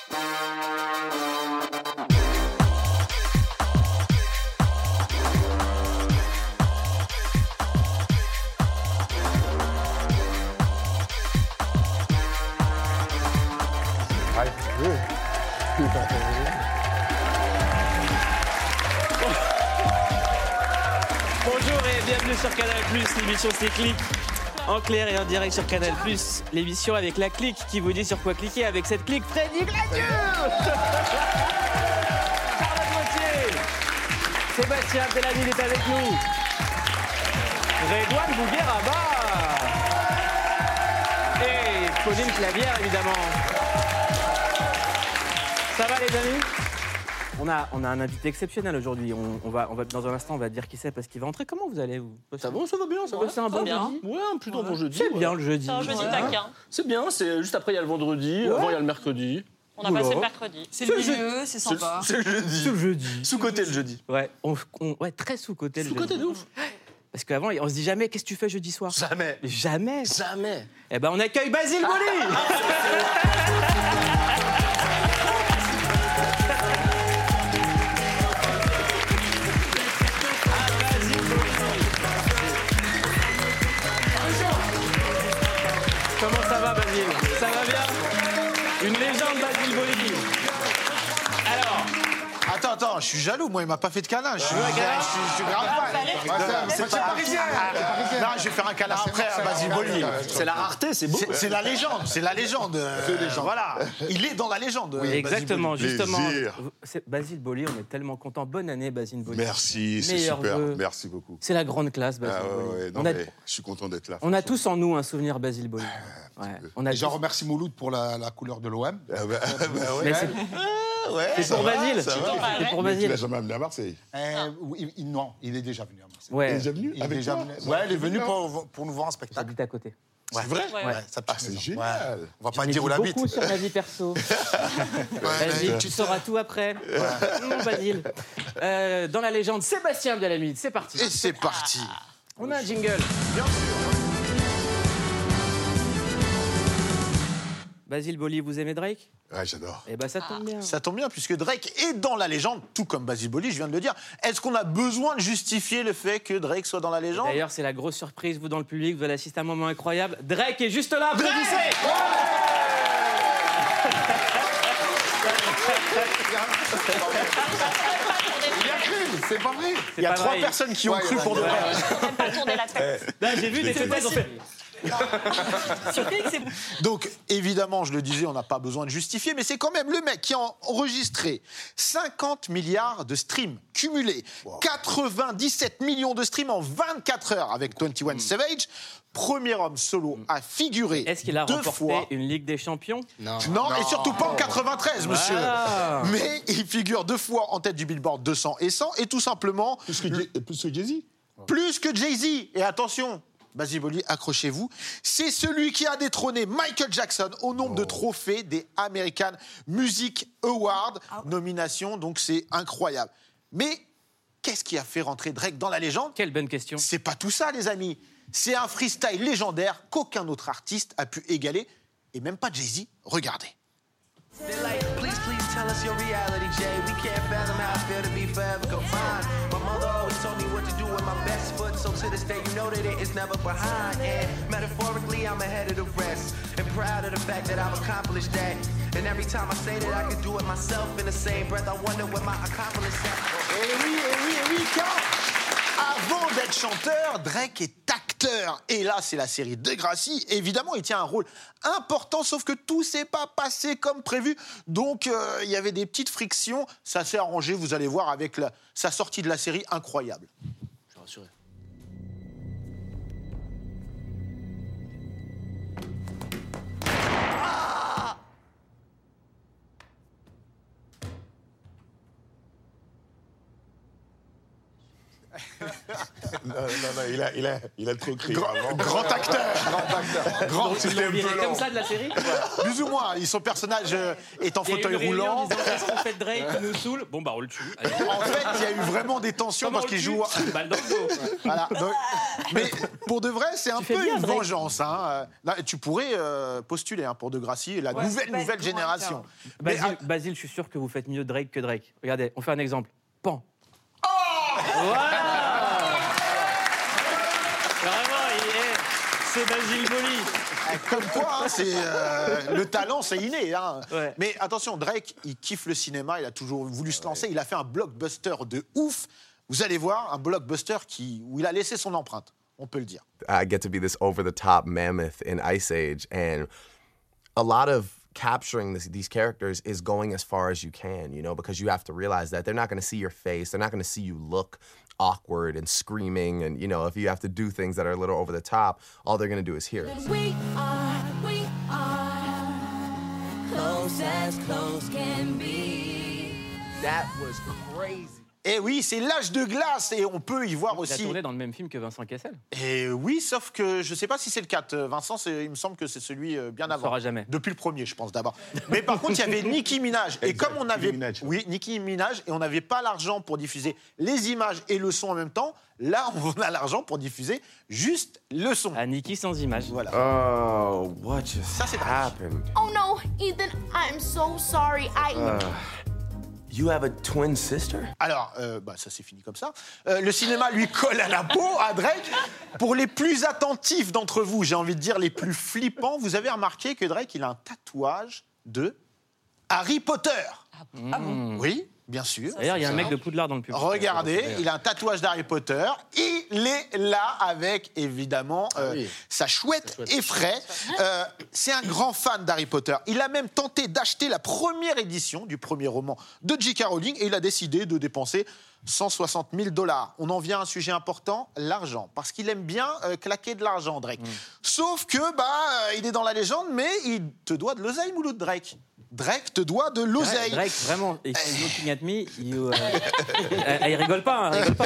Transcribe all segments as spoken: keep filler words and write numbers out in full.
Bonjour et bienvenue sur Canal plus, l'émission C'est Clic. En clair et en direct sur Canal plus, l'émission avec la clique qui vous dit sur quoi cliquer avec cette clique Freddy Gladieux. Charlotte Gauthier, Sébastien Bellamy est avec nous. Redouane Bougueraba. Et Pauline Clavière, évidemment. Ça va les amis ? On a, on a un invité exceptionnel aujourd'hui. On, on, va, on va, dans un instant, on va dire qui c'est parce qu'il va entrer. Comment vous allez vous ? Ça va, ça va bien, ça va. C'est un bon bien. jeudi ? Ouais, plutôt un bon jeudi. C'est ouais. bien le jeudi. C'est un jeudi Ouais. taquin. C'est bien, c'est juste après il y a le vendredi, Ouais. avant il y a le mercredi. On a passé le mercredi. C'est le milieu, c'est C'est sympa. c'est le jeudi. C'est le jeudi. Sous-côté le jeudi. Ouais, on, on- ouais très sous-côté le Sous-côté jeudi. de ouf. Parce qu'avant, on se dit jamais qu'est-ce que tu fais jeudi soir ? Jamais. Jamais. Jamais. Eh ben, on accueille Basile Boli. Comment ça va, Basile ? Ça va bien ? Une légende, Basile Boli. Alors, Attends, attends, je suis jaloux, moi il m'a pas fait de câlin, je suis, je suis, je suis grave fan. C'est pas parisien. Non, je vais faire un câlin après à Basile Boli. C'est la rareté, c'est beau. C'est- C'est la légende, c'est la légende. Voilà, il est dans la légende. Basile exactement, Boli. justement. Plaisir. C'est Basile Boli, on est tellement content. Bonne année, Basile Boli. Merci, c'est Meilleurs super. vœux. Merci beaucoup. C'est la grande classe, Basile Ah ouais, Boli. ouais, non, on, a, mais je suis content d'être là. on a franchement. tous en nous un souvenir Basile Boli. Ouais. On a Et j'en tous- remercie Mouloud pour la, la couleur de l'O M. Ah bah, ah bah ouais. Mais c'est Ah ouais, c'est ça pour va, Basile. ça va. C'est pour Mais tu l'as Basile. jamais amené à Marseille. Euh, oui, il- non, il est déjà venu à Marseille. Il est Ouais, déjà venu Il est avec déjà toi venu. Ouais, il est venu pour, pour nous voir en spectacle. j'habite à côté. C'est vrai Ouais. Ouais, sa petite Ah, c'est maison. génial. Ouais. On va J'en pas ai dire où dit il habite. beaucoup sur ma vie perso. Basile, tu sauras tout après. Non, Basile. Euh, dans la légende, Sébastien Bellamy, c'est parti. Et c'est parti. On a un jingle. Basile Boli, vous aimez Drake ? Ouais, j'adore. Eh ben, ça tombe bien. Ça tombe bien puisque Drake est dans la légende, tout comme Basile Boli, je viens de le dire. Est-ce qu'on a besoin de justifier le fait que Drake soit dans la légende ? D'ailleurs, c'est la grosse surprise, vous dans le public, vous allez assister à un moment incroyable. Drake est juste là, applaudissez. Il a cru, c'est pas vrai. Il y a pas trois vrai. personnes qui ont Ouais, cru ouais, pour de ouais. vrai. On n'a pas tourné la tête. Là, j'ai vu des têtes, ils ont fait. Sur Click, c'est Donc, évidemment, je le disais, on n'a pas besoin de justifier, mais c'est quand même le mec qui a enregistré cinquante milliards de streams cumulés, quatre-vingt-dix-sept millions de streams en vingt-quatre heures avec vingt et un Savage, premier homme solo à figurer Est-ce qu'il a deux remporté fois. une Ligue des Champions ? Non, et surtout pas en quatre-vingt-treize, monsieur. Voilà. Mais il figure deux fois en tête du Billboard deux cents et cent, et tout simplement Plus que, Jay- plus que Jay-Z. plus que Jay-Z. Et attention, Basile Boli, accrochez-vous, c'est celui qui a détrôné Michael Jackson au nombre de trophées des American Music Awards. Nomination, donc c'est incroyable. Mais qu'est-ce qui a fait rentrer Drake dans la légende ? Quelle bonne question. C'est pas tout ça, les amis. C'est un freestyle légendaire qu'aucun autre artiste a pu égaler, et même pas Jay-Z. Regardez. They're like, please, please tell us your reality, Jay. We can't fathom how I feel to be forever confined. My mother always told me what to do with my best foot, so to this day, you know that it is never behind. And metaphorically, I'm ahead of the rest, and proud of the fact that I've accomplished that. And every time I say that I can do it myself, in the same breath, I wonder what my accomplishment is. Et oui, et oui, et oui, car avant d'être chanteur, Drake est acteur. Et là, c'est la série Degrassi. Évidemment, il tient un rôle important, sauf que tout s'est pas passé comme prévu. Donc, euh, il y avait des petites frictions. Ça s'est arrangé, vous allez voir, avec la- sa sortie de la série incroyable. Je suis rassuré. non, non, non, il a, il a, il a trop crié Grand, avant. grand acteur. Grand acteur. Grand. Donc, ils l'ont viré comme ça de la série. Plus ou moins. Et son personnage euh, est en Il y a eu fauteuil une réunion en roulant. disant, qu'est-ce qu'on fait de Drake qui nous saoule? Bon, bah, on le tue. Allez. En fait, il y a eu vraiment des tensions Comment parce on le qu'il tue joue. Balle dans le dos. Voilà. Donc, mais pour de vrai, c'est un Tu fais peu bien, une Drake. vengeance. Hein. Euh, non, tu pourrais euh, postuler hein, pour Degrassi, la Ouais, nouvelle, bah, nouvelle pour génération. un Mais, Basile, ah, Basile, je suis sûr que vous faites mieux Drake que Drake. Regardez, on fait un exemple. Pan. Voilà. Vraiment, il est... c'est Basile Boli. comme quoi, hein, c'est, euh, le talent, c'est inné. Hein. Ouais. Mais attention, Drake, il kiffe le cinéma, il a toujours voulu se lancer. Il a fait un blockbuster de ouf. Vous allez voir, un blockbuster qui, où il a laissé son empreinte, on peut le dire. I get to be this over-the-top mammoth in Ice Age, and a lot of capturing this, these characters is going as far as you can, you know, because you have to realize that they're not going to see your face, they're not going to see you look awkward and screaming, and, you know, if you have to do things that are a little over the top, all they're going to do is hear it. We are, we are close as close can be. That was crazy. Et oui, c'est L'Âge de glace, et on peut y voir Il a aussi... tourné dans le même film que Vincent Cassel. Et oui, sauf que je ne sais pas si c'est le quatre. Vincent, c'est- il me semble que c'est celui euh, bien On ne avant. saura jamais. Depuis le premier, je pense, d'abord. Mais par contre, il y avait Nicki Minaj. Et Exact, comme on Nicki avait... Minaj. Oui, Nicki Minaj, et on n'avait pas l'argent pour diffuser les images et le son en même temps, là, on a l'argent pour diffuser juste le son. À Niki sans image. Voilà. Oh, what just Ça, c'est Drake. happened? Oh no, Ethan, I'm so sorry. I. You have a twin sister? Alors, euh, bah, ça c'est fini comme ça. Euh, le cinéma lui colle à la peau, à Drake. Pour les plus attentifs d'entre vous, j'ai envie de dire les plus flippants, vous avez remarqué que Drake, il a un tatouage de Harry Potter. Ah bon? Oui, bien sûr. D'ailleurs, il y a un mec de Poudlard dans le public. Regardez, il a un tatouage d'Harry Potter. Il est là avec, évidemment, euh, oui. sa chouette effraie. Euh, c'est un grand fan d'Harry Potter. Il a même tenté d'acheter la première édition du premier roman de J K Rowling et il a décidé de dépenser cent soixante mille dollars. On en vient à un sujet important, l'argent. Parce qu'il aime bien euh, claquer de l'argent, Drake. Sauf que, bah, euh, il est dans la légende, mais il te doit de l'oseille, Mouloud, Drake. Drake te doit de l'oseille. Drake, vraiment, if he's looking at me, you, uh, I, I rigole pas, hein, rigole pas.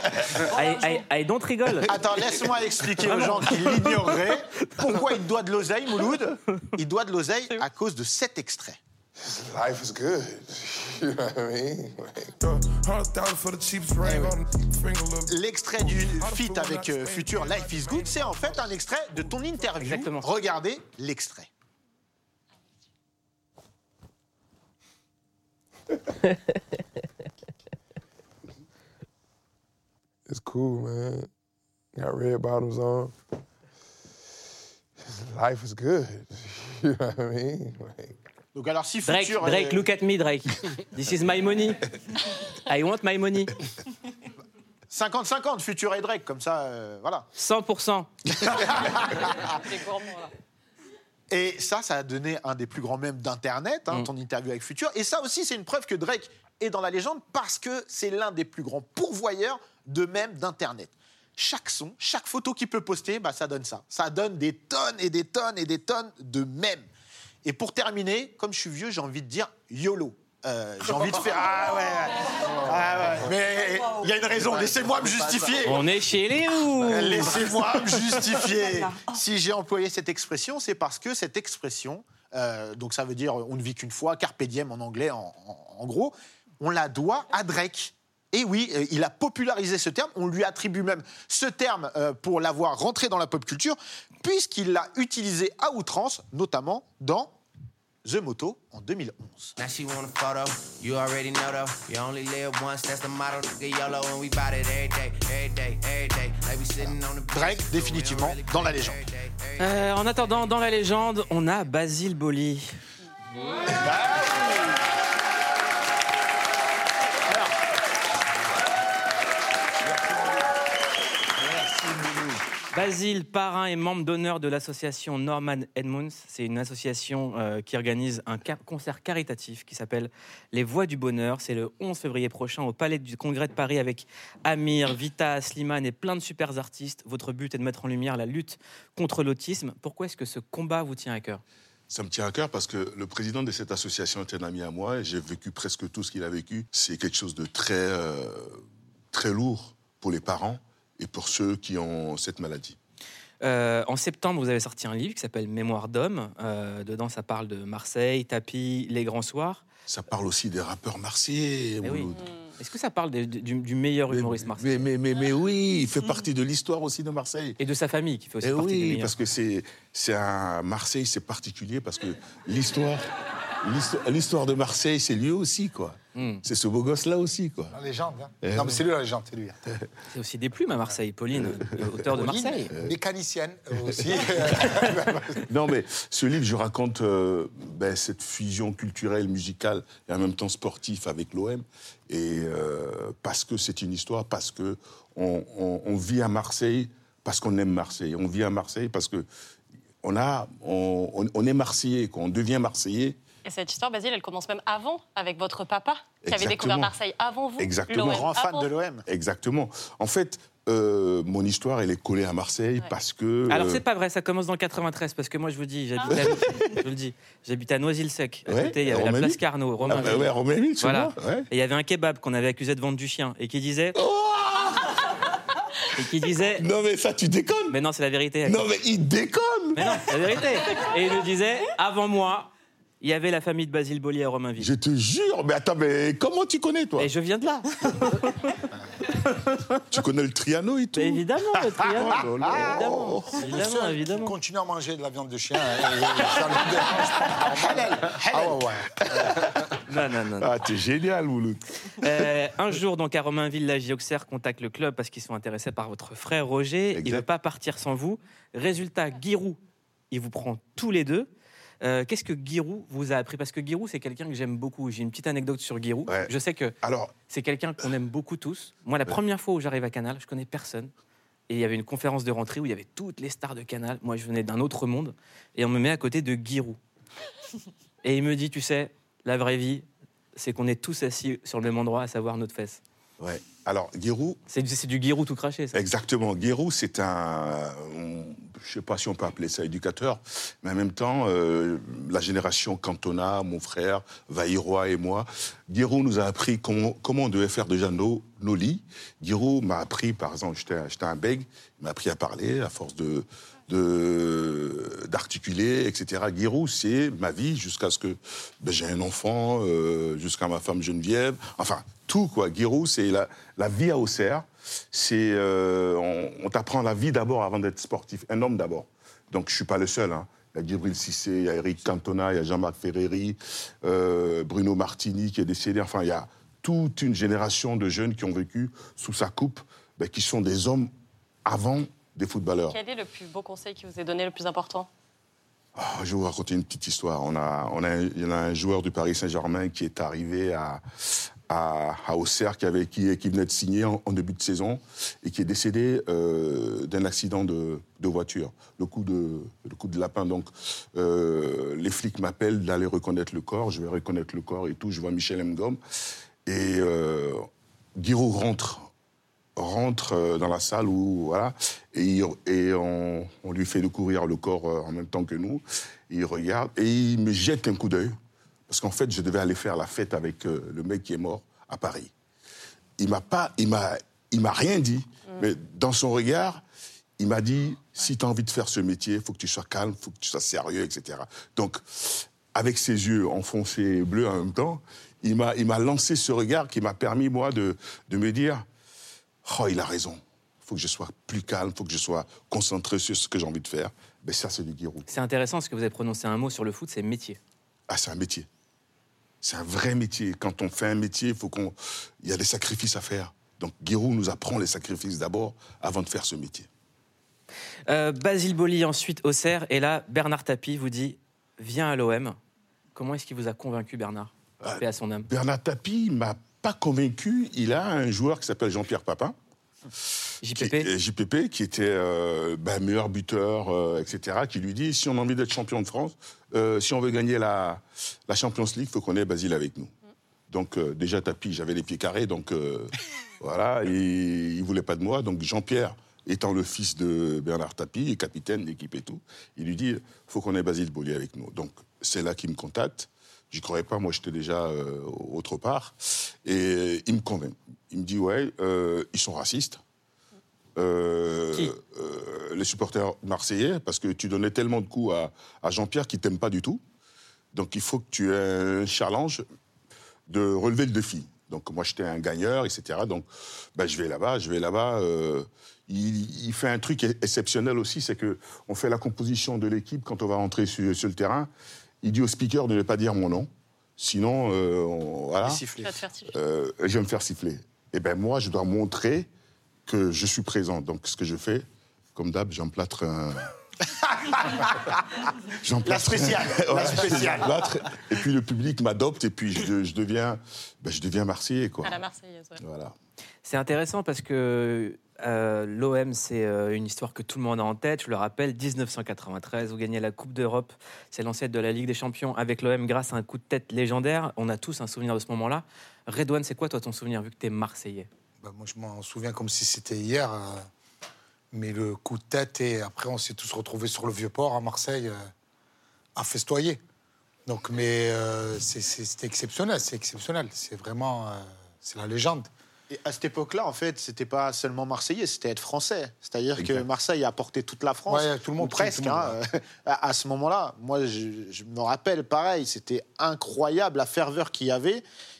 I, I, I don't rigole. Attends, laisse-moi expliquer aux gens qui l'ignoreraient pourquoi il doit de l'oseille, Mouloud. Il doit de l'oseille à cause de cet extrait. Life is good. You know what I mean? L'extrait du feat avec euh, Future, Life is Good, c'est en fait un extrait de ton interview. Exactement. Regardez l'extrait. It's cool, man. Got red bottoms on. Life is good. You know what I mean? Like, Donc alors si Drake, Future... Drake, euh, look at me, Drake. This is my money. I want my money. cinquante cinquante, Future et Drake, comme ça, euh, voilà. cent pour cent. Des gourmands, là. Et ça, ça a donné un des plus grands mèmes d'Internet, hein, Mm. ton interview avec Future. Et ça aussi, c'est une preuve que Drake est dans la légende parce que c'est l'un des plus grands pourvoyeurs de mèmes d'Internet. Chaque son, chaque photo qu'il peut poster, bah, ça donne ça. Ça donne des tonnes et des tonnes et des tonnes de mèmes. Et pour terminer, comme je suis vieux, j'ai envie de dire YOLO. Euh, j'ai envie de faire... Ah ouais, ouais. Ah ouais. Mais il y a une raison, laissez-moi me justifier. On est chez les ou Laissez-moi me justifier. Si j'ai employé cette expression, c'est parce que cette expression, euh, donc ça veut dire on ne vit qu'une fois, carpe diem en anglais, en, en- en gros, on la doit à Drake. Et oui, euh, il a popularisé ce terme, on lui attribue même ce terme euh, pour l'avoir rentré dans la pop culture, puisqu'il l'a utilisé à outrance, notamment dans The Moto en deux mille onze. Now she want a photo, you already know though. You only live once, that's the motto. Nigga YOLO and we bout it every day, every day, every day. Like we sitting on the beach. Drake, définitivement, dans la légende. Euh, En attendant, dans la légende, on a Basile Boli. Basile, parrain et membre d'honneur de l'association Norman Edmunds. C'est une association euh, qui organise un ca- concert caritatif qui s'appelle Les Voix du Bonheur. C'est le onze février prochain au Palais du Congrès de Paris avec Amir, Vita, Slimane et plein de super artistes. Votre but est de mettre en lumière la lutte contre l'autisme. Pourquoi est-ce que ce combat vous tient à cœur ? Ça me tient à cœur parce que le président de cette association est un ami à moi et j'ai vécu presque tout ce qu'il a vécu. C'est quelque chose de très, euh, très lourd pour les parents et pour ceux qui ont cette maladie. Euh, en septembre, vous avez sorti un livre qui s'appelle Mémoire d'homme. Euh, dedans, ça parle de Marseille, tapis, les grands soirs. Ça parle aussi des rappeurs marseillais. Eh oui. Mouloud. Est-ce que ça parle de- de- du, du meilleur humoriste marseillais? Mais, mais, mais, mais oui, il fait partie de l'histoire aussi de Marseille. Et de sa famille, qui fait aussi Eh partie des oui, meilleurs. parce que c'est, c'est un Marseille, c'est particulier parce que l'histoire, l'histoire, l'histoire de Marseille, c'est lui aussi, quoi. Mm. C'est ce beau gosse-là aussi, quoi. La légende. Hein. Eh non, oui. mais c'est lui la légende, c'est lui. hein. C'est aussi des plumes à Marseille. Pauline, auteur de Pauline, Marseille. euh, mécanicienne euh, aussi. Non, mais ce livre, je raconte euh, ben, cette fusion culturelle, musicale et en même temps sportive avec l'O M. Et euh, parce que c'est une histoire, parce que on, on- on vit à Marseille, parce qu'on aime Marseille. On vit à Marseille parce que on a, on, on- on est Marseillais, quoi. On devient Marseillais. Et cette histoire, Basile, elle commence même avant, avec votre papa, qui avait Exactement. découvert Marseille avant vous. Exactement. l'O M Grand fan avant. de l'O M. Exactement. En fait, euh, mon histoire, elle est collée à Marseille Ouais. parce que. Alors euh, c'est pas vrai, ça commence dans le quatre-vingt-treize parce que moi je vous dis, j'habite à, je vous le dis, j'habite à Noisy-le-Sec. À Ouais, côté, il y avait la Romainville. place Carnot, ah, Romainville. bah ouais, Romainville, c'est Voilà. moi, ouais. Et il y avait un kebab qu'on avait accusé de vendre du chien et qui disait et qui disait Non, mais ça, tu déconnes. mais non, c'est la vérité. Non, mais il déconne. Mais non, c'est la vérité. Et il nous disait avant moi, il y avait la famille de Basile Boli à Romainville. Je te jure. Mais attends, mais comment tu connais, toi? Et je viens de là. Tu connais le Triano et tout? Mais évidemment, le triangle. Oh là là. Évidemment, Le évidemment, seul qui évidemment. continue à manger de la viande de chien, hein, ça ne dérange pas. Halal. Ah ouais, ouais. Non, non, non. non. Ah, t'es génial, Mouloud. Euh, un jour, donc à Romainville, la J Auxerre contacte le club parce qu'ils sont intéressés par votre frère Roger. Il ne Exact. veut pas partir sans vous. Résultat, Giroud, il vous prend tous les deux. Euh, Qu'est-ce que Giroud vous a appris? Parce que Giroud, c'est quelqu'un que j'aime beaucoup. J'ai une petite anecdote sur Giroud. Ouais. Je sais que Alors, c'est quelqu'un qu'on aime beaucoup tous. Moi, la première fois où j'arrive à Canal, je connais personne. Et il y avait une conférence de rentrée où il y avait toutes les stars de Canal. Moi, je venais d'un autre monde. Et on me met à côté de Giroud. Et il me dit, tu sais, la vraie vie, c'est qu'on est tous assis sur le même endroit, à savoir notre fesse. ouais. Alors, Giroud, C'est du, c'est du Giroud tout craché, ça. exactement. Giroud, c'est un. on- je ne sais pas si on peut appeler ça éducateur, mais en même temps, euh, la génération Cantona, mon frère, Vailleroy et moi, Giroud nous a appris comment, comment on devait faire déjà nos, nos lits. Giroud m'a appris, par exemple, j'étais j'étais un bègue, il m'a appris à parler à force de. de- d'articuler, et cetera. Giroud, c'est ma vie jusqu'à ce que ben, j'ai un enfant, euh, jusqu'à ma femme Geneviève. Enfin, tout, quoi. Giroud, c'est la, la vie à Auxerre. C'est, euh, on, on t'apprend la vie d'abord avant d'être sportif. Un homme d'abord. Donc, je ne suis pas le seul. Hein. Il y a Djibril Cissé, il y a Eric Cantona, il y a Jean-Marc Ferreri, euh, Bruno Martini qui est décédé. Enfin, il y a toute une génération de jeunes qui ont vécu sous sa coupe, ben, qui sont des hommes avant des footballeurs. Quel est le plus beau conseil qui vous est donné, le plus important? Oh, je vais vous raconter une petite histoire. On a, on a, il y en a un joueur du Paris Saint-Germain qui est arrivé à, à, à Auxerre, qui, avait, qui, qui venait de signer en, en début de saison et qui est décédé euh, d'un accident de, de voiture, le coup de, le coup de lapin. Donc, euh, les flics m'appellent d'aller reconnaître le corps. Je vais reconnaître le corps et tout. Je vois Michel Mgom. Et euh, Giroud rentre rentre dans la salle où, voilà, et, il, et on, on lui fait découvrir le corps en même temps que nous. Il regarde et il me jette un coup d'œil parce qu'en fait, je devais aller faire la fête avec le mec qui est mort à Paris. Il m'a pas, il m'a, il m'a rien dit, mmh. mais dans son regard, il m'a dit si tu as envie de faire ce métier, il faut que tu sois calme, il faut que tu sois sérieux, et cetera. Donc, avec ses yeux enfoncés et bleus en même temps, il m'a, il m'a lancé ce regard qui m'a permis moi de, de me dire oh, il a raison. Il faut que je sois plus calme, il faut que je sois concentré sur ce que j'ai envie de faire. Ben ça, c'est du Giroud. C'est intéressant parce que vous avez prononcé un mot sur le foot, c'est métier. Ah, c'est un métier. C'est un vrai métier. Quand on fait un métier, il faut qu'on... il y a des sacrifices à faire. Donc Giroud nous apprend les sacrifices d'abord avant de faire ce métier. Euh, Basile Boli, ensuite Auxerre. Et là, Bernard Tapie vous dit viens à l'O M. Comment est-ce qu'il vous a convaincu, Bernard? euh, Paix à son âme. Bernard Tapie ne m'a pas convaincu. Il a un joueur qui s'appelle Jean-Pierre Papin. J P P. Qui, J P P, qui était euh, ben, meilleur buteur, euh, et cetera, qui lui dit, si on a envie d'être champion de France, euh, si on veut gagner la, la Champions League, il faut qu'on ait Basile avec nous. Donc euh, déjà, Tapie, j'avais les pieds carrés, donc euh, voilà, et il ne voulait pas de moi. Donc Jean-Pierre, étant le fils de Bernard Tapie, capitaine d'équipe et tout, il lui dit, il faut qu'on ait Basile Boli avec nous. Donc c'est là qu'il me contacte. J'y croyais pas, moi j'étais déjà euh, autre part. Et il me convainc. Il me dit, ouais, euh, ils sont racistes. euh, Qui euh, les supporters marseillais, parce que tu donnais tellement de coups à, à Jean-Pierre qui t'aime pas du tout. Donc il faut que tu aies un challenge de relever le défi. Donc moi j'étais un gagneur, et cetera. Donc ben, je vais là-bas, je vais là-bas. Euh, il, il fait un truc exceptionnel aussi, c'est que on fait la composition de l'équipe quand on va rentrer sur, sur le terrain. Il dit au speaker de ne pas dire mon nom, sinon euh, on, voilà. Tu vas te faire siffler. Euh, je vais me faire siffler. Et ben moi je dois montrer que je suis présent. Donc ce que je fais, comme d'hab, j'emplâtre un. La spéciale, Ouais, la spéciale. j'emplâtre, et puis le public m'adopte et puis je, je deviens, ben, je deviens Marseillais quoi. À la Marseillaise, ouais. Voilà. C'est intéressant parce que euh, l'O M, c'est euh, une histoire que tout le monde a en tête. Je le rappelle, dix-neuf cent quatre-vingt-treize, vous gagnez la Coupe d'Europe. C'est l'ancêtre de la Ligue des Champions avec l'O M grâce à un coup de tête légendaire. On a tous un souvenir de ce moment-là. Redouane, c'est quoi toi ton souvenir vu que tu es Marseillais? Bah, moi, je m'en souviens comme si c'était hier. euh, mais le coup de tête, et après, on s'est tous retrouvés sur le Vieux-Port à Marseille euh, à festoyer. Donc, mais euh, c'est- c'est- c'était exceptionnel, c'est exceptionnel. C'est vraiment, euh, c'est la légende. Et à cette époque-là, en fait, c'était pas seulement marseillais, c'était être français. C'est-à-dire que Exact. Marseille a porté toute la France, Ouais, tout le monde, ou presque. tout le monde, hein. à, à ce moment-là, moi, je, je me rappelle, pareil, c'était incroyable la ferveur qu'il y avait,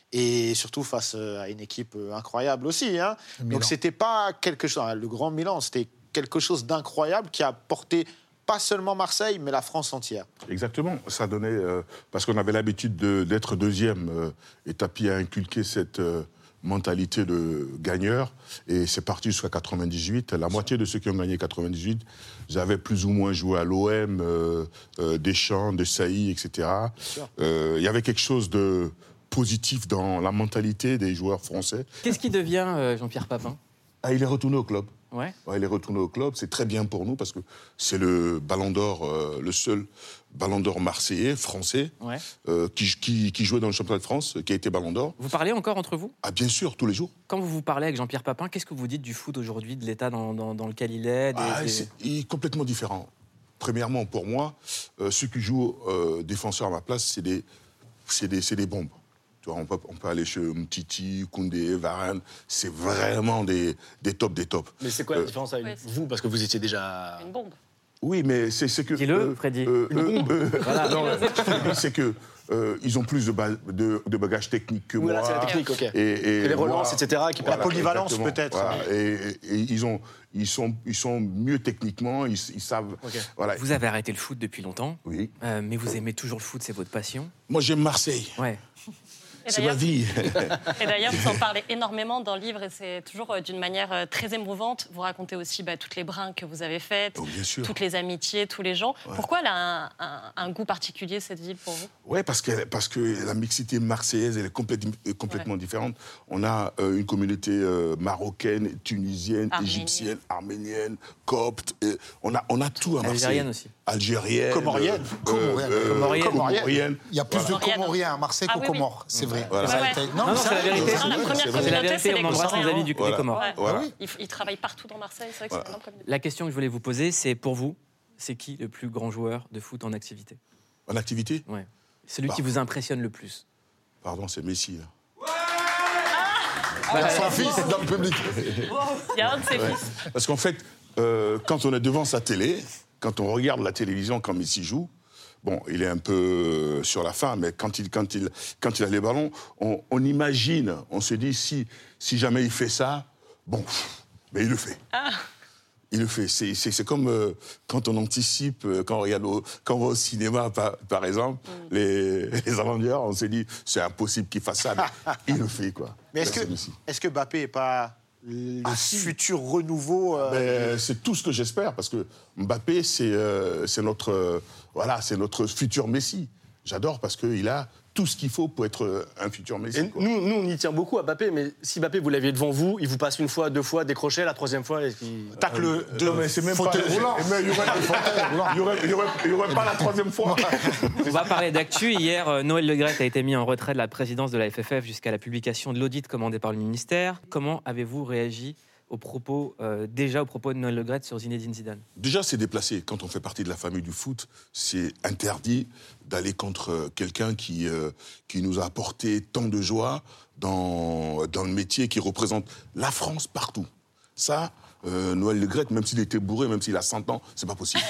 et surtout face à une équipe incroyable aussi. Hein. Milan. Donc, c'était pas quelque chose. Le Grand Milan, c'était quelque chose d'incroyable qui a porté pas seulement Marseille, mais la France entière. Exactement, ça donnait euh, parce qu'on avait l'habitude de- d'être deuxième euh, et Tapi a inculqué cette euh, mentalité de gagneur et c'est parti jusqu'à quatre-vingt-dix-huit. La moitié de ceux qui ont gagné quatre-vingt-dix-huit, j'avais plus ou moins joué à l'O M, euh, euh, Deschamps, Desailly, et cetera. Euh, Il y avait quelque chose de positif dans la mentalité des joueurs français. Qu'est-ce qui devient euh, Jean-Pierre Papin? Ah, il est retourné au club. Ouais. Ouais, il est retourné au club, c'est très bien pour nous parce que c'est le Ballon d'Or, euh, le seul Ballon d'Or marseillais, français, Ouais. euh, qui, qui, qui jouait dans le championnat de France, qui a été Ballon d'Or. Vous parlez encore entre vous? Ah, bien sûr, tous les jours. Quand vous vous parlez avec Jean-Pierre Papin, qu'est-ce que vous dites du foot aujourd'hui, de l'état dans, dans- dans lequel il est des- Ah, des- c'est- il est complètement différent. Premièrement, pour moi, euh, ceux qui jouent euh, défenseur à ma place, c'est des, c'est des, c'est des bombes. Tu vois, on, peut, on peut aller chez Mtiti, Koundé, Varane, c'est vraiment des, des tops, des tops. Mais c'est quoi la Euh, différence avec Ouais, c'est- vous? Parce que vous étiez déjà. Une bombe. Oui, mais c'est c'est que... Dis-le, Freddy. euh, Une euh, bombe. euh, Voilà. non, ce que je dis, c'est que euh, ils ont plus de, ba- de, de bagages techniques que Voilà, moi. c'est la technique, ok. Et, et Et les moi- relances, et cetera, qui La polyvalence, exactement. peut-être. Voilà. Et, et- et ils, ont, ils, sont, ils sont mieux techniquement, ils, ils savent... Ok. Voilà. Vous avez arrêté le foot depuis longtemps, Oui. euh, mais vous aimez toujours le foot, c'est votre passion. Moi, j'aime Marseille. Ouais. Et C'est ma d'ailleurs- vie. Et d'ailleurs, vous en parlez énormément dans le livre et c'est toujours euh, d'une manière euh, très émouvante. Vous racontez aussi bah, toutes les brins que vous avez faites, Oh, bien sûr. toutes les amitiés, tous les gens. Pourquoi elle a un, un- un goût particulier, cette ville, pour vous? Ouais, parce que, parce que la mixité marseillaise, elle est complète- euh, complètement différente. On a euh, une communauté euh, marocaine, tunisienne, Arménienne. égyptienne, arménienne, copte. euh, on, a, on a tout à Marseille. Algérienne aussi. Algérienne. Comorienne. euh, Comorienne. euh, Comorienne. Comorienne. Il y a plus Voilà. de Comoriens à Marseille Ah qu'aux oui, oui. Comores, c'est vrai. Voilà. Ça a Ouais, été- ouais. Non, non, c'est la vérité. Non, la première C'est la communauté, vérité, c'est les on embrasse nos Comoriens. amis du côté Voilà. Comore. Ouais. Voilà. Ils, ils travaillent partout dans Marseille, c'est vrai que c'est une énorme communauté. La question que je voulais vous poser, c'est pour vous, c'est qui le plus grand joueur de foot en activité? En activité, Ouais. Celui Bah. qui vous impressionne le plus. pardon, c'est Messi. là. Il y a son fils dans le public. Il y a un de ses Ouais. fils. Parce qu'en fait, euh, quand on est devant sa télé, quand on regarde la télévision, quand Messi joue, bon, il est un peu euh, sur la fin, mais quand il, quand il, quand il a les ballons, on, on imagine, on se dit, si, si jamais il fait ça, bon, pff, mais il le fait. Il le fait. C'est, c'est, c'est comme euh, quand on anticipe, euh, quand on regarde au, quand on va au cinéma, par, par exemple, les, les Avengers, on se dit, c'est impossible qu'il fasse ça, mais il le fait, quoi. Mais est-ce Ben, c'est que, Messi. est-ce que Mbappé n'est pas le Ah, si. futur renouveau euh, Ben, c'est tout ce que j'espère, parce que Mbappé, c'est, euh, c'est, notre, euh, voilà, c'est notre futur Messi. J'adore parce qu'il a tout ce qu'il faut pour être euh, un futur Messi. Et quoi. nous, nous, on y tient beaucoup à Mbappé, mais si Mbappé, vous l'aviez devant vous, il vous passe une fois, deux fois, décroché, la troisième fois, est-ce qu'il... tacle Euh, de non, mais c'est même fauteuil pas... roulant. Mais il y aurait, il y aurait, il y aurait- il y aurait pas la troisième fois. On va parler d'actu. Hier, euh, Noël Le Graët a été mis en retrait de la présidence de la F F F jusqu'à la publication de l'audit commandé par le ministère. Comment avez-vous réagi aux propos, euh, déjà aux propos de Noël Le Graët sur Zinedine Zidane? Déjà, c'est déplacé. Quand on fait partie de la famille du foot, c'est interdit d'aller contre euh, quelqu'un qui, euh, qui nous a apporté tant de joie dans, dans le métier, qui représente la France partout. Ça, euh, Noël Le Graët, même s'il était bourré, même s'il a cent ans, c'est pas possible.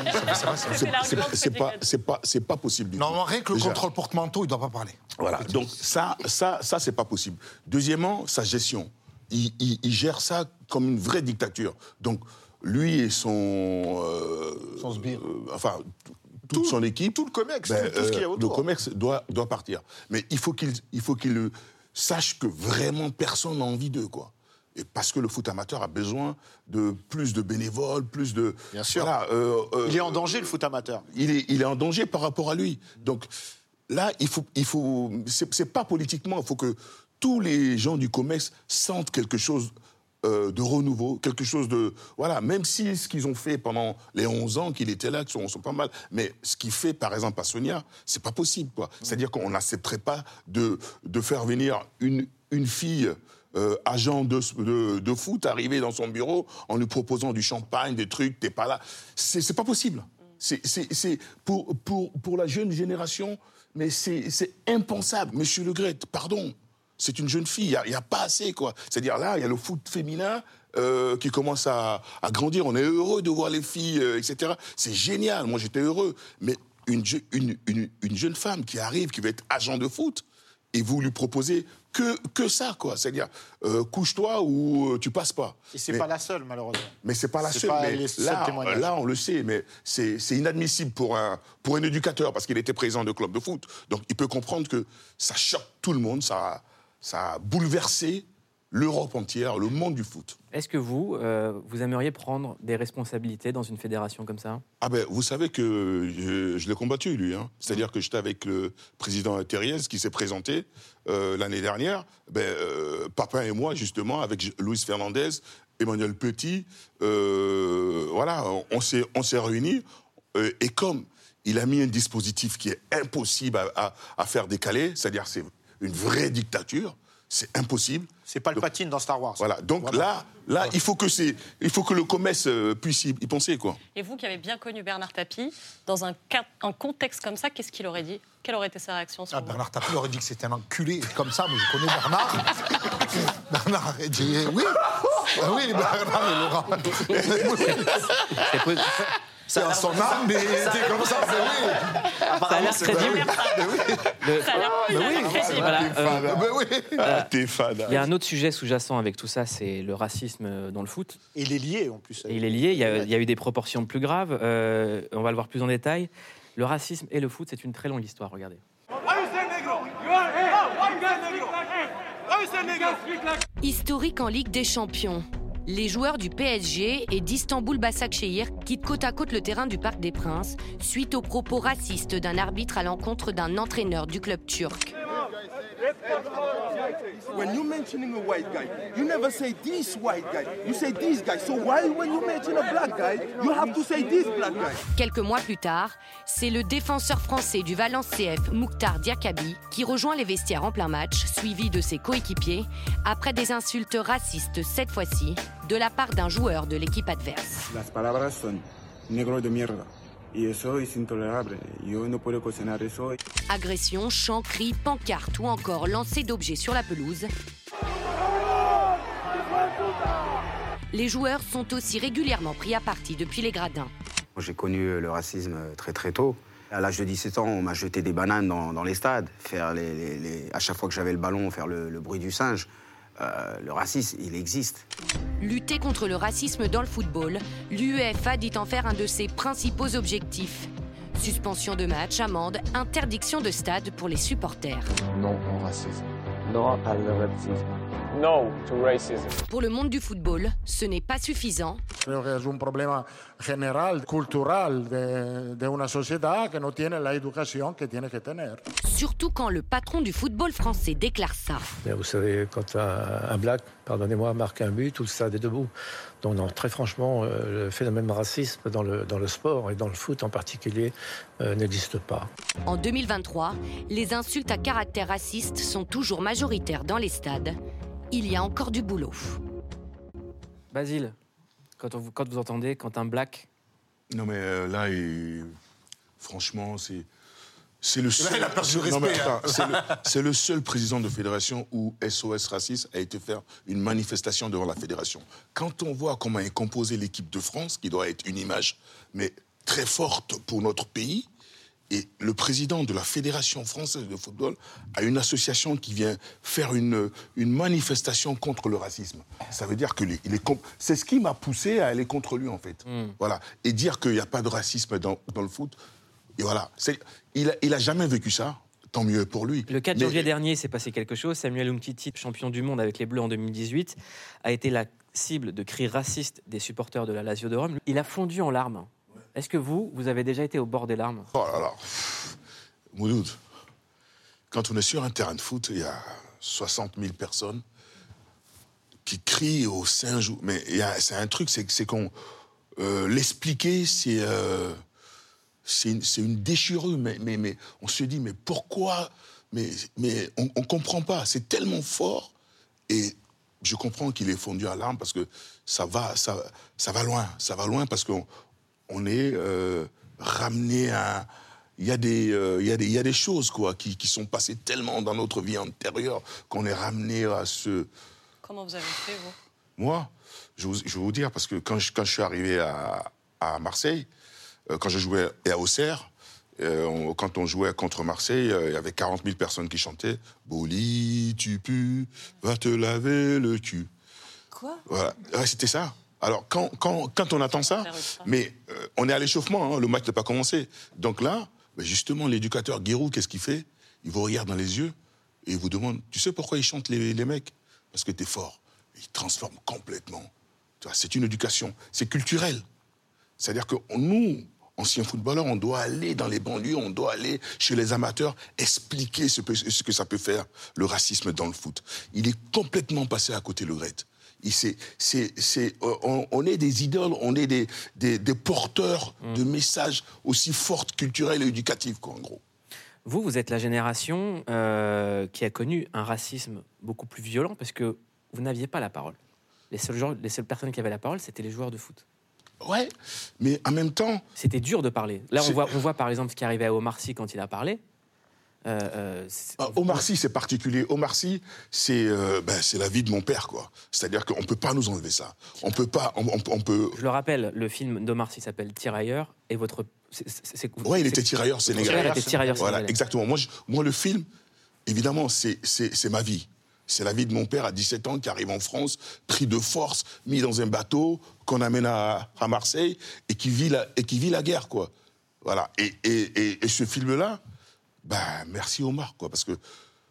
C'est c'est pas, c'est pas, c'est pas possible du tout. Non, rien que le Déjà. contrôle porte-manteau, il doit pas parler. Voilà, donc ça, ça, ça c'est pas possible. Deuxièmement, sa gestion. Il, il- il gère ça comme une vraie dictature. Donc, lui et son... euh, Son sbire. euh, enfin, t- toute son équipe... Tout le comex, ben, tout, tout ce qu'il y a euh, autour. Le comex doit, doit partir. Mais il faut qu'il il faut qu'il euh, sache que vraiment personne n'a envie d'eux, quoi. Et parce que le foot amateur a besoin de plus de bénévoles, plus de... Bien sûr. Voilà, euh, euh, Il est en danger, le foot amateur. il est, il est en danger par rapport à lui. Donc là, il faut, il faut, c'est, c'est pas politiquement, il faut que tous les gens du COMEX sentent quelque chose euh, de renouveau, quelque chose de... Voilà, même si ce qu'ils ont fait pendant les onze ans qu'il était là, qui sont, sont pas mal, mais ce qu'il fait, par exemple, à Sonia, c'est pas possible, quoi. C'est-à-dire qu'on n'accepterait pas de, de faire venir une, une fille... Euh, agent de, de, de foot arriver dans son bureau en lui proposant du champagne, des trucs, t'es pas là. C'est, c'est pas possible. C'est, c'est, c'est pour, pour, pour la jeune génération, mais c'est, c'est impensable. Monsieur Le Graët, pardon, c'est une jeune fille, il n'y a, a pas assez, quoi. C'est-à-dire là, il y a le foot féminin euh, qui commence à, à grandir. On est heureux de voir les filles, euh, et cetera. C'est génial, moi j'étais heureux. Mais une, je- une, une, une jeune femme qui arrive, qui veut être agent de foot, et vous lui proposez que, que ça, quoi. C'est-à-dire, euh, couche-toi ou euh, tu passes pas. Et c'est Mais- pas la seule, malheureusement. mais c'est pas la C'est seule. pas Mais les seuls là, témoignages. là, on le sait, mais c'est, c'est inadmissible pour un, pour un éducateur, parce qu'il était président de club de foot. Donc, il peut comprendre que ça choque tout le monde, ça, ça a bouleversé l'Europe entière, le monde du foot. Est-ce que vous, euh, vous aimeriez prendre des responsabilités dans une fédération comme ça? Ah ben, vous savez que je, je l'ai combattu, lui. Hein. C'est-à-dire que j'étais avec le président Thériez qui s'est présenté euh, l'année dernière. Ben, euh, Papin et moi, justement, avec Luis Fernandez, Emmanuel Petit, euh, voilà, on, on s'est, on s'est réunis. Euh, et comme il a mis un dispositif qui est impossible à, à, à faire décaler, c'est-à-dire c'est une vraie dictature, c'est impossible. C'est pas le patine dans Star Wars. Voilà, donc là, là il, faut que c'est, il faut que le commerce euh, puisse y, y penser, quoi. Et vous qui avez bien connu Bernard Tapie, dans un, cas- un contexte comme ça, qu'est-ce qu'il aurait dit? Quelle aurait été sa réaction sur Ah, vous? Bernard Tapie aurait dit que c'était un enculé comme ça, mais je connais Bernard. Bernard aurait dit oui. Ah oui, Bernard et Laurent. C'est po- C'est en son âme, mais c'est comme ça, c'est oui. Ça a l'air crédible. Le- Ça a l'air Bah oui, crédible. voilà, euh, Ben oui. Ah, t'es fan. il y a un autre sujet sous-jacent avec tout ça, c'est le racisme euh, dans le foot. Et il est lié, en plus. Et il est lié, il y a, il y a eu des proportions plus graves, euh, on va le voir plus en détail. Le racisme et le foot, c'est une très longue histoire, regardez. Historique en Ligue des Champions. Les joueurs du P S G et d'Istanbul Başakşehir quittent côte à côte le terrain du Parc des Princes suite aux propos racistes d'un arbitre à l'encontre d'un entraîneur du club turc. When you mentioning a white guy, you never say this white guy. You say this guy. So why, when you mention a black guy, you have to say this black guy? Quelques mois plus tard, c'est le défenseur français du Valence C F, Mouktar Diakabi, qui rejoint les vestiaires en plein match, suivi de ses coéquipiers, après des insultes racistes cette fois-ci, de la part d'un joueur de l'équipe adverse. Las palabras son negro de mierda. Y eso es intolerable. Yo no puedo cocinar eso. Agressions, chants, cris, pancartes ou encore lancer d'objets sur la pelouse. Les joueurs sont aussi régulièrement pris à partie depuis les gradins. J'ai connu le racisme très très tôt. À l'âge de dix-sept ans, on m'a jeté des bananes dans, dans les stades. Faire les, les, les- À chaque fois que j'avais le ballon, faire le, le bruit du singe. Euh, le racisme, il existe. Lutter contre le racisme dans le football, l'UEFA dit en faire un de ses principaux objectifs. Suspension de match, amende, interdiction de stade pour les supporters. Non au racisme. Non al racisme. No to racism. Pour le monde du football, ce n'est pas suffisant. Creo que es un problema general, cultural de, de una sociedad que no tiene la educación que tiene que tener. Surtout quand le patron du football français déclare ça. Vous savez, quand un, un black, pardonnez-moi, marque un but, tout le stade est debout. Donc non, très franchement, euh, le phénomène racisme dans le, dans le sport et dans le foot en particulier euh, n'existe pas. En deux mille vingt-trois, les insultes à caractère raciste sont toujours majoritaires dans les stades. Il y a encore du boulot. Basile, quand, on vous, quand vous entendez, quand un black... Non, mais euh, là, il- franchement, c'est, C'est le seul. Là, il a perdu le Non, mais respect, hein. attends, c'est le, c'est le seul président de fédération où S O S Racisme a été faire une manifestation devant la fédération. Quand on voit comment est composée l'équipe de France, qui doit être une image, mais très forte pour notre pays, et le président de la Fédération française de football a une association qui vient faire une, une manifestation contre le racisme. Ça veut dire que les, il est com- c'est ce qui m'a poussé à aller contre lui, en fait. Mm. Voilà. Et dire qu'il n'y a pas de racisme dans, dans le foot, et voilà. C'est, il, a, il a jamais vécu ça, tant mieux pour lui. Le quatre Mais- janvier dernier, il s'est passé quelque chose. Samuel Umtiti, champion du monde avec les Bleus en deux mille dix-huit, a été la cible de cris racistes des supporters de la Lazio de Rome. Il a fondu en larmes. Est-ce que vous, vous avez déjà été au bord des larmes? Oh là là. Mouloud, quand on est sur un terrain de foot, il y a soixante mille personnes qui crient au singe. Mais il y a, c'est un truc, c'est, c'est qu'on... Euh, l'expliquer, c'est... Euh, c'est, une, c'est une déchirure. Mais, mais, mais on se dit, mais pourquoi? Mais, mais on ne comprend pas. C'est tellement fort. Et je comprends qu'il est fondu à larmes parce que ça va, ça, ça va loin. Ça va loin parce qu'on on est euh, ramené à... Il y a des, euh, il y a des, il y a des choses quoi, qui, qui sont passées tellement dans notre vie antérieure qu'on est ramené à ce... Comment vous avez fait, vous? Moi, je, vous, je vais vous dire, parce que quand je, quand je suis arrivé à, à Marseille, euh, quand je jouais à Auxerre, euh, on, quand on jouait contre Marseille, euh, il y avait quarante mille personnes qui chantaient « Boli, tu pues, va te laver le cul ». Quoi? Voilà, ouais, c'était ça. Alors, quand, quand, quand on attend ça, mais euh, on est à l'échauffement, hein, le match n'a pas commencé. Donc là, ben justement, l'éducateur Giroud, qu'est-ce qu'il fait? Il vous regarde dans les yeux et il vous demande, tu sais pourquoi ils chantent les, les mecs? Parce que t'es fort. Il transforme complètement. Tu vois, c'est une éducation, c'est culturel. C'est-à-dire que nous, anciens footballeurs, on doit aller dans les banlieues, on doit aller chez les amateurs, expliquer ce, ce que ça peut faire, le racisme dans le foot. Il est complètement passé à côté, Le Gret. Il, c'est, c'est, c'est, on, on est des idoles, on est des, des, des porteurs mmh. de messages aussi forts, culturels et éducatifs, quoi, en gros. Vous, vous êtes la génération euh, qui a connu un racisme beaucoup plus violent parce que vous n'aviez pas la parole. Les seules, gens, les seules personnes qui avaient la parole, c'était les joueurs de foot. Ouais, mais en même temps... C'était dur de parler. Là, on voit, on voit par exemple ce qui arrivait à Omar Sy quand il a parlé. Euh, euh, ah, Omar Sy, c'est particulier. Omar Sy, c'est, euh, ben, c'est la vie de mon père, quoi. C'est-à-dire qu'on ne peut pas nous enlever ça. On peut pas... On, on, on peut... Je le rappelle, le film d'Omar Sy s'appelle Tirailleurs et votre... Oui, il était tirailleur sénégalais. Il était tirailleur voilà, sénégalais. exactement. Moi, je, moi, le film, évidemment, c'est, c'est, c'est ma vie. C'est la vie de mon père à dix-sept ans qui arrive en France, pris de force, mis dans un bateau, qu'on amène à, à Marseille et qui, vit la, et qui vit la guerre, quoi. Voilà. Et, et, et, et ce film-là, ben, merci Omar, quoi, parce que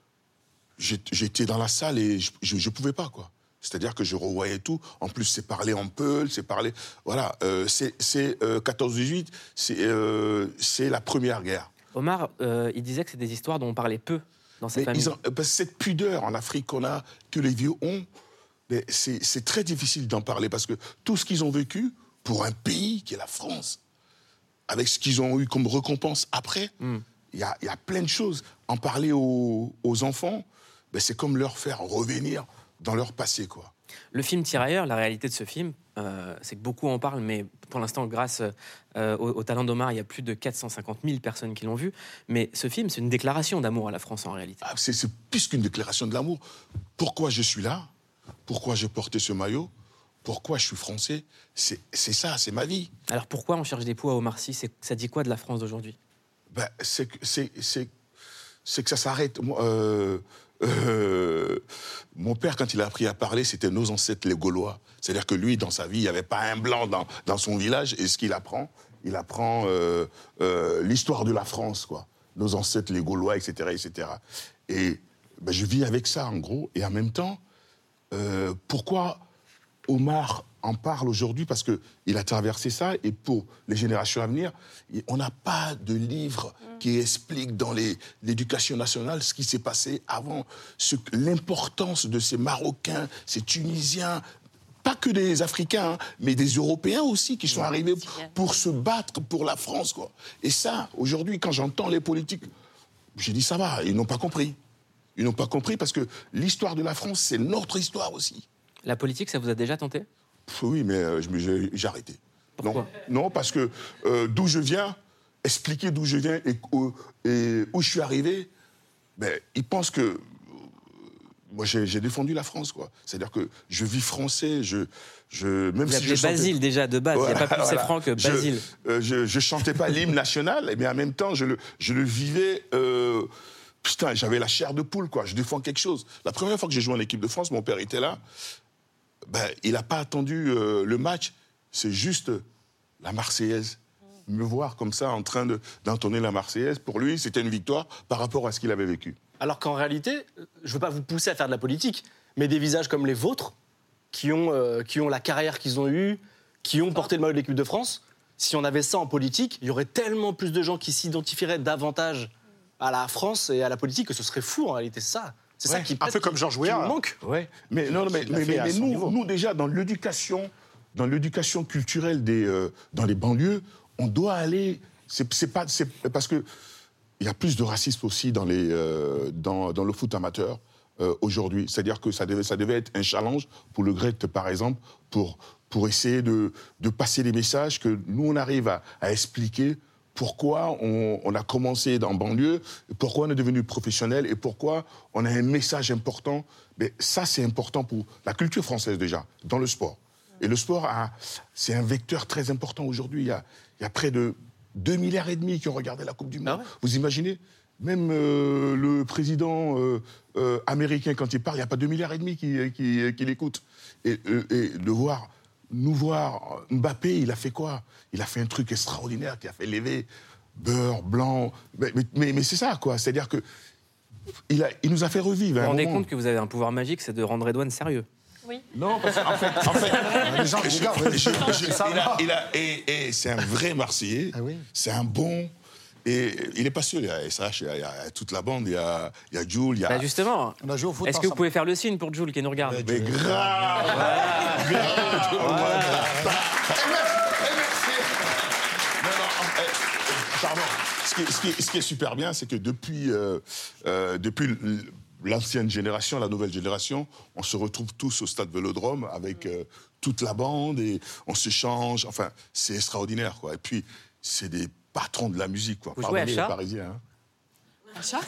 j'étais dans la salle et je ne pouvais pas, quoi. C'est-à-dire que je revoyais tout. En plus, c'est parlé en Peul, c'est parlé... Voilà, euh, c'est, c'est euh, quatorze dix-huit, c'est, euh, c'est la première guerre. Omar, euh, il disait que c'est des histoires dont on parlait peu dans sa mais famille. Ils ont, parce que cette pudeur en Afrique qu'on a, que les vieux ont, mais c'est, c'est très difficile d'en parler parce que tout ce qu'ils ont vécu, pour un pays qui est la France, avec ce qu'ils ont eu comme récompense après, il mm. y, a, y a plein de choses. En parler aux, aux enfants, ben c'est comme leur faire revenir dans leur passé, quoi. Le film Tirailleurs, la réalité de ce film, euh, c'est que beaucoup en parlent, mais pour l'instant, grâce euh, au, au talent d'Omar, il y a plus de quatre cent cinquante mille personnes qui l'ont vu. Mais ce film, c'est une déclaration d'amour à la France, en réalité. Ah, c'est, c'est plus qu'une déclaration de l'amour. Pourquoi je suis là? Pourquoi j'ai porté ce maillot? Pourquoi je suis français? C'est, c'est ça, c'est ma vie. Alors pourquoi on cherche des poux à Omar Sy? C'est, ça dit quoi de la France d'aujourd'hui? Ben, c'est, c'est, c'est, c'est que ça s'arrête. Moi, euh, Euh, mon père, quand il a appris à parler, c'était nos ancêtres, les Gaulois. C'est-à-dire que lui, dans sa vie, il n'y avait pas un blanc dans, dans son village. Et ce qu'il apprend, il apprend euh, euh, l'histoire de la France, quoi. Nos ancêtres, les Gaulois, et cetera, et cetera. Et ben, je vis avec ça, en gros. Et en même temps, euh, pourquoi Omar en parle aujourd'hui? Parce qu'il a traversé ça. Et pour les générations à venir, on n'a pas de livre qui explique dans les, l'éducation nationale ce qui s'est passé avant, ce, l'importance de ces Marocains, ces Tunisiens, pas que des Africains, hein, mais des Européens aussi qui sont ouais, arrivés pour se battre pour la France, quoi. Et ça, aujourd'hui, quand j'entends les politiques, j'ai dit ça va, ils n'ont pas compris. Ils n'ont pas compris parce que l'histoire de la France, c'est notre histoire aussi. La politique, ça vous a déjà tenté? Oui, mais euh, j'ai, j'ai arrêté. Pourquoi? Non, non, parce que euh, d'où je viens, expliquer d'où je viens et où, et où je suis arrivé, ben, ils pensent que moi, j'ai, j'ai défendu la France, quoi. C'est-à-dire que je vis français, je... je même Vous si appelez je chantais... Basile, déjà, de base. Il n'y a pas plus Voilà. franc que Je- Basile. euh, je, je chantais pas l'hymne national, mais en même temps, je le, je le vivais... euh, putain, j'avais la chair de poule, quoi. Je défends quelque chose. La première fois que j'ai joué en équipe de France, mon père était là. Ben, il n'a pas attendu euh, le match. C'est juste la Marseillaise. Me voir comme ça, en train de, d'entonner la Marseillaise, pour lui, c'était une victoire par rapport à ce qu'il avait vécu. Alors qu'en réalité, je ne veux pas vous pousser à faire de la politique, mais des visages comme les vôtres, qui ont, euh, qui ont la carrière qu'ils ont eue, qui ont porté le maillot de l'équipe de France, si on avait ça en politique, il y aurait tellement plus de gens qui s'identifieraient davantage à la France et à la politique que ce serait fou en réalité, c'est ça. C'est ça Ouais. qui Un peu comme Georges Weah. manque. Ouais. Mais non, non, mais, Il l'a mais, fait mais- à mais son nous, niveau. nous déjà dans l'éducation, dans l'éducation culturelle des, euh, dans les banlieues, on doit aller. C'est, c'est pas, c'est parce que il y a plus de racisme aussi dans les, euh, dans, dans le foot amateur euh, aujourd'hui. C'est-à-dire que ça devait, ça devait être un challenge pour le Grec, par exemple, pour pour essayer de, de passer des messages que nous on arrive à, à expliquer. Pourquoi on, on a commencé en banlieue, pourquoi on est devenu professionnel et pourquoi on a un message important. Mais ça, c'est important pour la culture française déjà, dans le sport. Et le sport, a, c'est un vecteur très important aujourd'hui. Il y a, il y a près de deux milliards et demi qui ont regardé la Coupe du Monde. Vous imaginez ? Même euh, le président euh, euh, américain, quand il parle, il n'y a pas deux milliards et demi qui, qui, qui l'écoutent. Et, euh, et de voir... Nous voir, Mbappé, il a fait quoi? Il a fait un truc extraordinaire qui a fait lever beurre, blanc. Mais, mais, mais c'est ça, quoi. C'est-à-dire que il, a, il nous a fait revivre. Vous à vous un rendez moment. compte que vous avez un pouvoir magique, c'est de rendre Edouane sérieux. Oui. Non, parce qu'en fait, en fait Les gens je- regardent, je- je- ça il a- va. il a- et, et c'est un vrai Marseillais. C'est un bon. Et il n'est pas seul. Il y a S H, il y a, il y a toute la bande. Il y a, il y a Jules. Il y a... Bah justement, On a joué au foot est-ce que vous ensemble. pouvez faire le signe pour Jules qui nous regarde? Mais grave, grave. Non, non, eh, eh, pardon. Ce qui, est, ce qui est- ce qui est super bien, c'est que depuis, euh, euh, depuis l- l'ancienne génération, la nouvelle génération, on se retrouve tous au stade Vélodrome avec euh, toute la bande et on se change. Enfin, c'est extraordinaire, quoi. Et puis, c'est des patrons de la musique, quoi. Vous jouez à Pardonnez les chat Parisiens. Hein. Un chat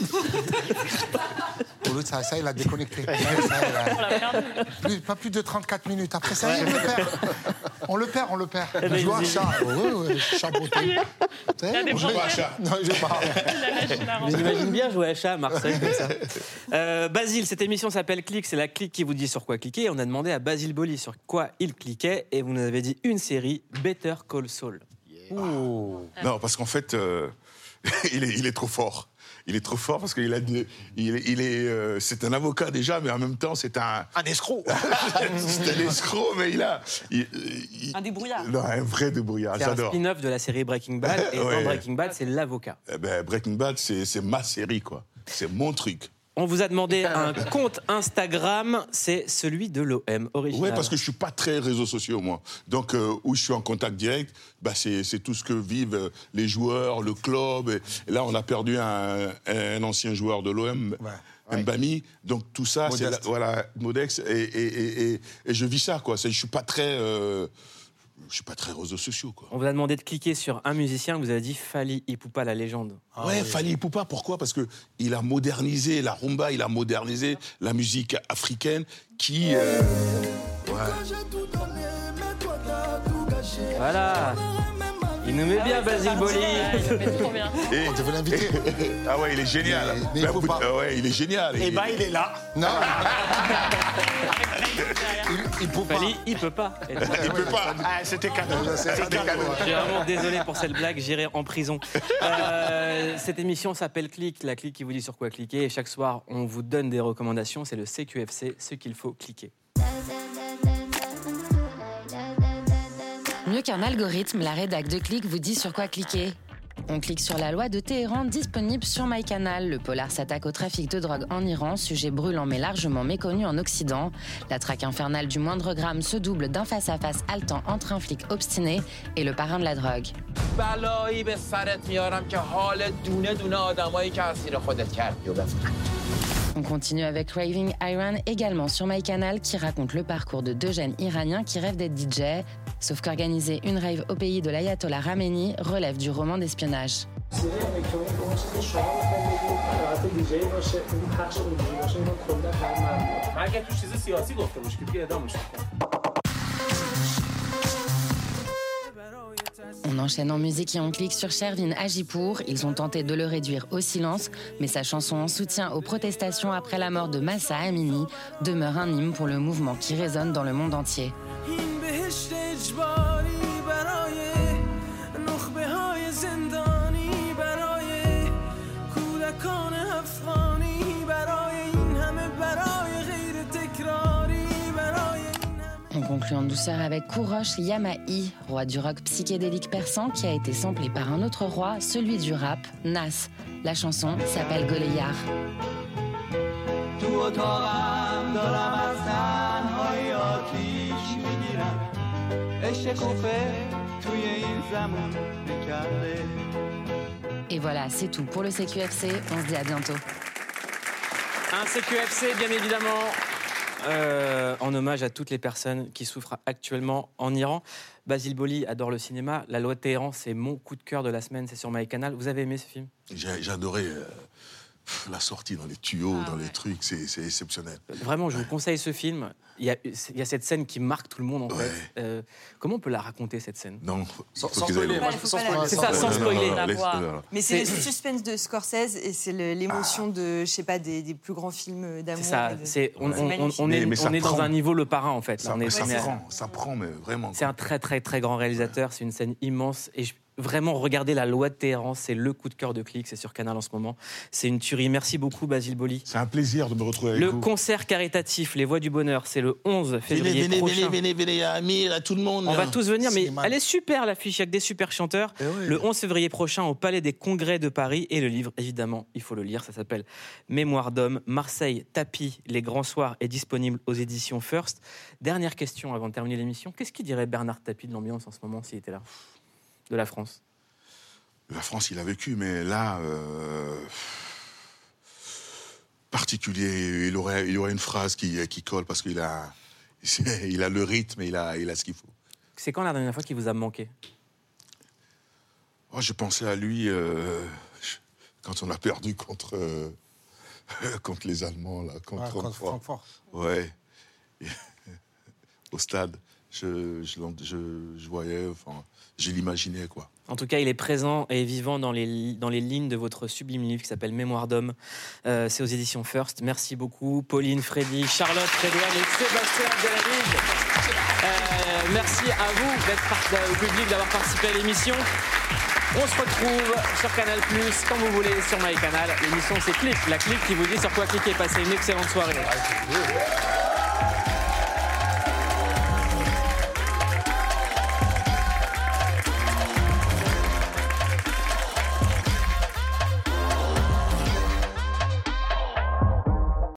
Pour l'autre, ça, ça, il a déconnecté. Ça, il a- Plus- pas plus de trente-quatre minutes. Après ça, on le perd. On le perd, on le perd. ben, On joue à il- chat. Oui, oui, chat beauté. Tu sais, a des on joue bons à chat. Non, je vais pas. J'imagine bien jouer à chat à Marseille comme ça. Euh, Basile, cette émission s'appelle Click, c'est la clique qui vous dit sur quoi cliquer. Et on a demandé à Basile Boli sur quoi il cliquait et vous nous avez dit une série, Better Call Saul. Non, parce qu'en fait, euh, il, est, il est trop fort. Il est trop fort parce qu'il a, de- il, est- il est, euh, c'est un avocat déjà, mais en même temps, c'est un, Un escroc. c'est un escroc, mais il a, il- il- Un débrouillard. non, un vrai débrouillard. C'est un J'adore. spin-off de la série Breaking Bad et Ouais. dans Breaking Bad, c'est l'avocat. Eh ben, Breaking Bad, c'est, c'est ma série, quoi. C'est mon truc. On vous a demandé un compte Instagram, c'est celui de l'O M original. Ouais, parce que je suis pas très réseaux sociaux, moi. Donc, euh, où je suis en contact direct, bah, c'est, c'est tout ce que vivent euh, les joueurs, le club. Et, et là, on a perdu un, un ancien joueur de l'O M, Mbami. Donc, tout ça, c'est Modeste. la- voilà, Modex. Et, et, et, et, et je vis ça, quoi. C'est, je suis pas très, euh, je suis pas très réseaux sociaux, quoi. On vous a demandé de cliquer sur un musicien, vous avez dit Fally Ipupa, la légende. Ouais, Fally Ipupa, pourquoi? Parce que il a modernisé la rumba, il a modernisé la musique africaine qui. euh, Voilà. Il nous met bien, Basile Boli. Trop bien. Et- On devait l'inviter. ah ouais, il est génial. Mais- mais il Bah, faut vous- pas. ah ouais, il est génial. Et ben, il est là. Non. il, il peut pas. Fally, il peut pas. Il peut pas. Ah, c'était cadeau. C'était cadeau. Je suis vraiment désolé pour cette blague, j'irai en prison. Euh, cette émission s'appelle Click, la clique qui vous dit sur quoi cliquer. Et chaque soir, on vous donne des recommandations. C'est le C Q F C, ce qu'il faut cliquer. Mieux qu'un algorithme, la rédac de Click vous dit sur quoi cliquer. On clique sur la loi de Téhéran disponible sur MyCanal. Le polar s'attaque au trafic de drogue en Iran, sujet brûlant mais largement méconnu en Occident. La traque infernale du moindre gramme se double d'un face-à-face haletant entre un flic obstiné et le parrain de la drogue. بلایی به سرت میارم که حال دونه دونه آدمایی که اسیر خودت کردی و بفهم. On continue avec Raving Iron, également sur MyCanal, qui raconte le parcours de deux jeunes Iraniens qui rêvent d'être D J. Sauf qu'organiser une rave au pays de l'ayatollah Khamenei relève du roman d'espionnage. On enchaîne en musique et on clique sur Shervin Hajipour. Ils ont tenté de le réduire au silence, mais sa chanson en soutien aux protestations après la mort de Mahsa Amini demeure un hymne pour le mouvement qui résonne dans le monde entier. On conclut en douceur avec Kourosh Yamahi, roi du rock psychédélique persan qui a été samplé par un autre roi, celui du rap, Nas. La chanson s'appelle Goleyar. Et voilà, c'est tout pour le C Q F C. On se dit à bientôt. Un C Q F C, bien évidemment. Euh, en hommage à toutes les personnes qui souffrent actuellement en Iran. Basile Boli adore le cinéma. La loi de Téhéran, c'est mon coup de cœur de la semaine, c'est sur MyCanal. Vous avez aimé ce film ? J'ai, j'ai adoré euh, la sortie dans les tuyaux, ah, dans ouais. les trucs, c'est, c'est exceptionnel. Vraiment, je vous conseille ce film. Il y, a, il y a cette scène qui marque tout le monde, en ouais. fait. Euh, comment on peut la raconter, cette scène ? Non, sans, sans spoiler. Moi, sans spoiler. C'est ça, sans spoiler. La voix. Mais c'est, c'est le suspense de Scorsese et c'est le, l'émotion ah. de, je sais pas, des, des plus grands films d'amour. C'est ça. De... C'est, on, on, on, on est, mais, mais on est prend. dans un niveau Le Parrain, en fait. Ça, Là, on est, ça, on est, prend, ça prend, mais vraiment. C'est un très, très, très grand réalisateur. C'est une scène immense. Et je, vraiment, regardez La Loi de Téhéran. C'est le coup de cœur de Click. C'est sur Canal en ce moment. C'est une tuerie. Merci beaucoup, Basile Boli. C'est un plaisir de me retrouver avec le vous. Le concert caritatif Les Voix du Bonheur, c'est le onze février venez, prochain. Venez, venez, venez, amis, à tout le monde. On va tous venir, mais elle est super, l'affiche. Il y a que des super chanteurs. Oui. Le onze février prochain, au Palais des Congrès de Paris. Et le livre, évidemment, il faut le lire. Ça s'appelle Mémoire d'homme. Marseille, tapis, les grands soirs est disponible aux éditions First. Dernière question avant de terminer l'émission. Qu'est-ce qu'il dirait Bernard Tapie de l'ambiance en ce moment s'il était là ? De la France ? La France, il a vécu, mais là, euh, particulier, il aurait, il aurait une phrase qui, qui colle parce qu'il a, il a le rythme et il a, il a ce qu'il faut. C'est quand la dernière fois qu'il vous a manqué ? Oh, je pensais à lui euh, quand on a perdu contre, euh, contre les Allemands, là, contre, ah, contre Francfort. Ouais, au stade. Je, je, je, je voyais, enfin, je l'imaginais, quoi. En tout cas, il est présent et vivant dans les, dans les lignes de votre sublime livre qui s'appelle Mémoire d'homme. Euh, c'est aux éditions First. Merci beaucoup, Pauline, Freddy, Charlotte, Frédéric et Sébastien Delavigne. Euh, merci à vous d'être par- au public d'avoir participé à l'émission. On se retrouve sur Canal plus, quand vous voulez, sur MyCanal. L'émission, c'est Click, la Click qui vous dit sur quoi cliquer. Passez une excellente soirée.